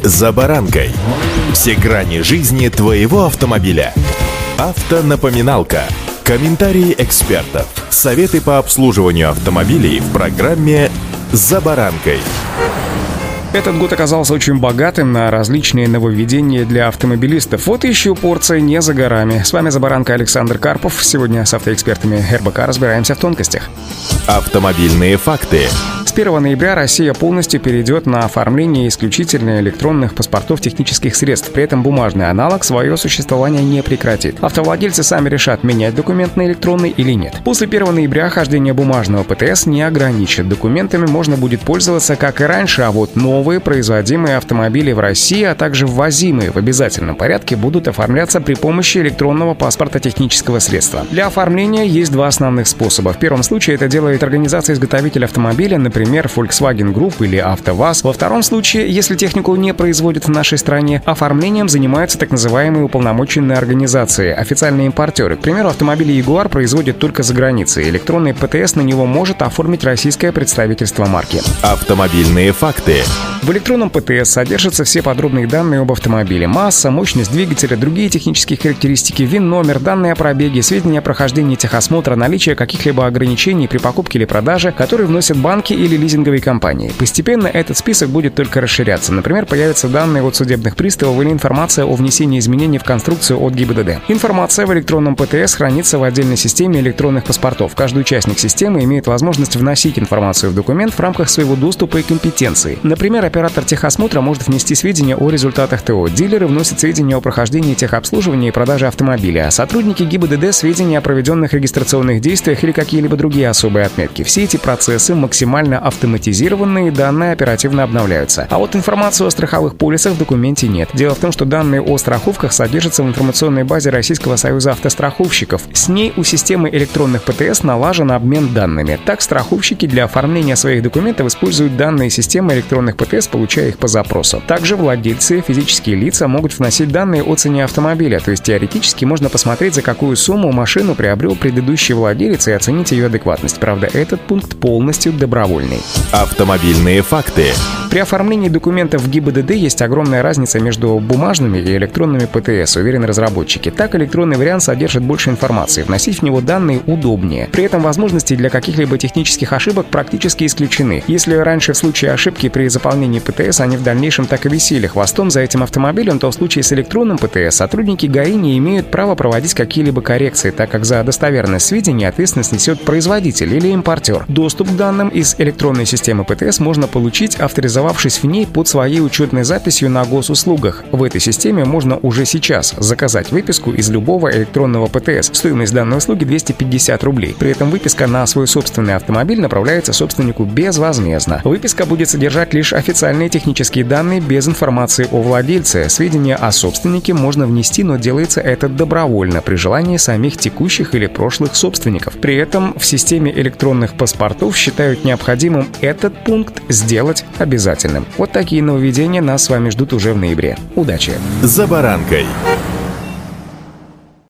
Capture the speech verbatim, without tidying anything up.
«За баранкой». Все грани жизни твоего автомобиля. Автонапоминалка. Комментарии экспертов. Советы по обслуживанию автомобилей в программе «За баранкой». Этот год оказался очень богатым на различные нововведения для автомобилистов. Вот еще порция не за горами. С вами «За баранкой» Александр Карпов. Сегодня с автоэкспертами эр бэ ка разбираемся в тонкостях. Автомобильные факты. С первого ноября Россия полностью перейдет на оформление исключительно электронных паспортов технических средств. При этом бумажный аналог свое существование не прекратит. Автовладельцы сами решат, менять документ на электронный или нет. После первого ноября хождение бумажного пэ тэ эс не ограничит. Документами можно будет пользоваться, как и раньше, а вот новые производимые автомобили в России, а также ввозимые в обязательном порядке, будут оформляться при помощи электронного паспорта технического средства. Для оформления есть два основных способа. В первом случае это делает организация-изготовитель автомобиля, например, Например, Volkswagen Group или АвтоВАЗ. Во втором случае, если технику не производят в нашей стране, оформлением занимаются так называемые уполномоченные организации, официальные импортеры. К примеру, автомобили Jaguar производят только за границей. Электронный пэ тэ эс на него может оформить российское представительство марки. Автомобильные факты. В электронном пэ тэ эс содержатся все подробные данные об автомобиле: масса, мощность двигателя, другие технические характеристики, ВИН-номер, данные о пробеге, сведения о прохождении техосмотра, наличие каких-либо ограничений при покупке или продаже, которые вносят банки или лизинговые компании. Постепенно этот список будет только расширяться. Например, появятся данные от судебных приставов или информация о внесении изменений в конструкцию от гэ и бэ дэ дэ. Информация в электронном пэ тэ эс хранится в отдельной системе электронных паспортов. Каждый участник системы имеет возможность вносить информацию в документ в рамках своего доступа и компетенции. Например, оператор техосмотра может внести сведения о результатах тэ о. Дилеры вносят сведения о прохождении техобслуживания и продаже автомобиля, а сотрудники гэ и бэ дэ дэ сведения о проведенных регистрационных действиях или какие-либо другие особые отметки. Все эти процессы максимально автоматизированные, данные оперативно обновляются. А вот информацию о страховых полисах в документе нет. Дело в том, что данные о страховках содержатся в информационной базе Российского союза автостраховщиков. С ней у системы электронных пэ тэ эс налажен обмен данными. Так, страховщики для оформления своих документов используют данные системы электронных пэ тэ эс, получая их по запросу. Также владельцы, физические лица могут вносить данные о цене автомобиля, то есть теоретически можно посмотреть, за какую сумму машину приобрел предыдущий владелец и оценить ее адекватность. Правда, этот пункт полностью добровольный. Автомобильные факты. При оформлении документов в гэ и бэ дэ дэ есть огромная разница между бумажными и электронными пэ тэ эс, уверены разработчики. Так, электронный вариант содержит больше информации, вносить в него данные удобнее. При этом возможности для каких-либо технических ошибок практически исключены. Если раньше в случае ошибки при заполнении пэ тэ эс они в дальнейшем так и висели хвостом за этим автомобилем, то в случае с электронным пэ тэ эс сотрудники гэ а и не имеют права проводить какие-либо коррекции, так как за достоверность сведений ответственность несет производитель или импортер. Доступ к данным из электронной системы пэ тэ эс можно получить, авторизовавшись в ней под своей учетной записью на госуслугах. В этой системе можно уже сейчас заказать выписку из любого электронного пэ тэ эс. Стоимость данной услуги двести пятьдесят рублей. При этом выписка на свой собственный автомобиль направляется собственнику безвозмездно. Выписка будет содержать лишь официальные технические данные без информации о владельце. Сведения о собственнике можно внести, но делается это добровольно при желании самих текущих или прошлых собственников. При этом в системе электронных паспортов считают необходимым этот пункт сделать обязательным. Вот такие нововведения нас с вами ждут уже в ноябре. Удачи! «За баранкой».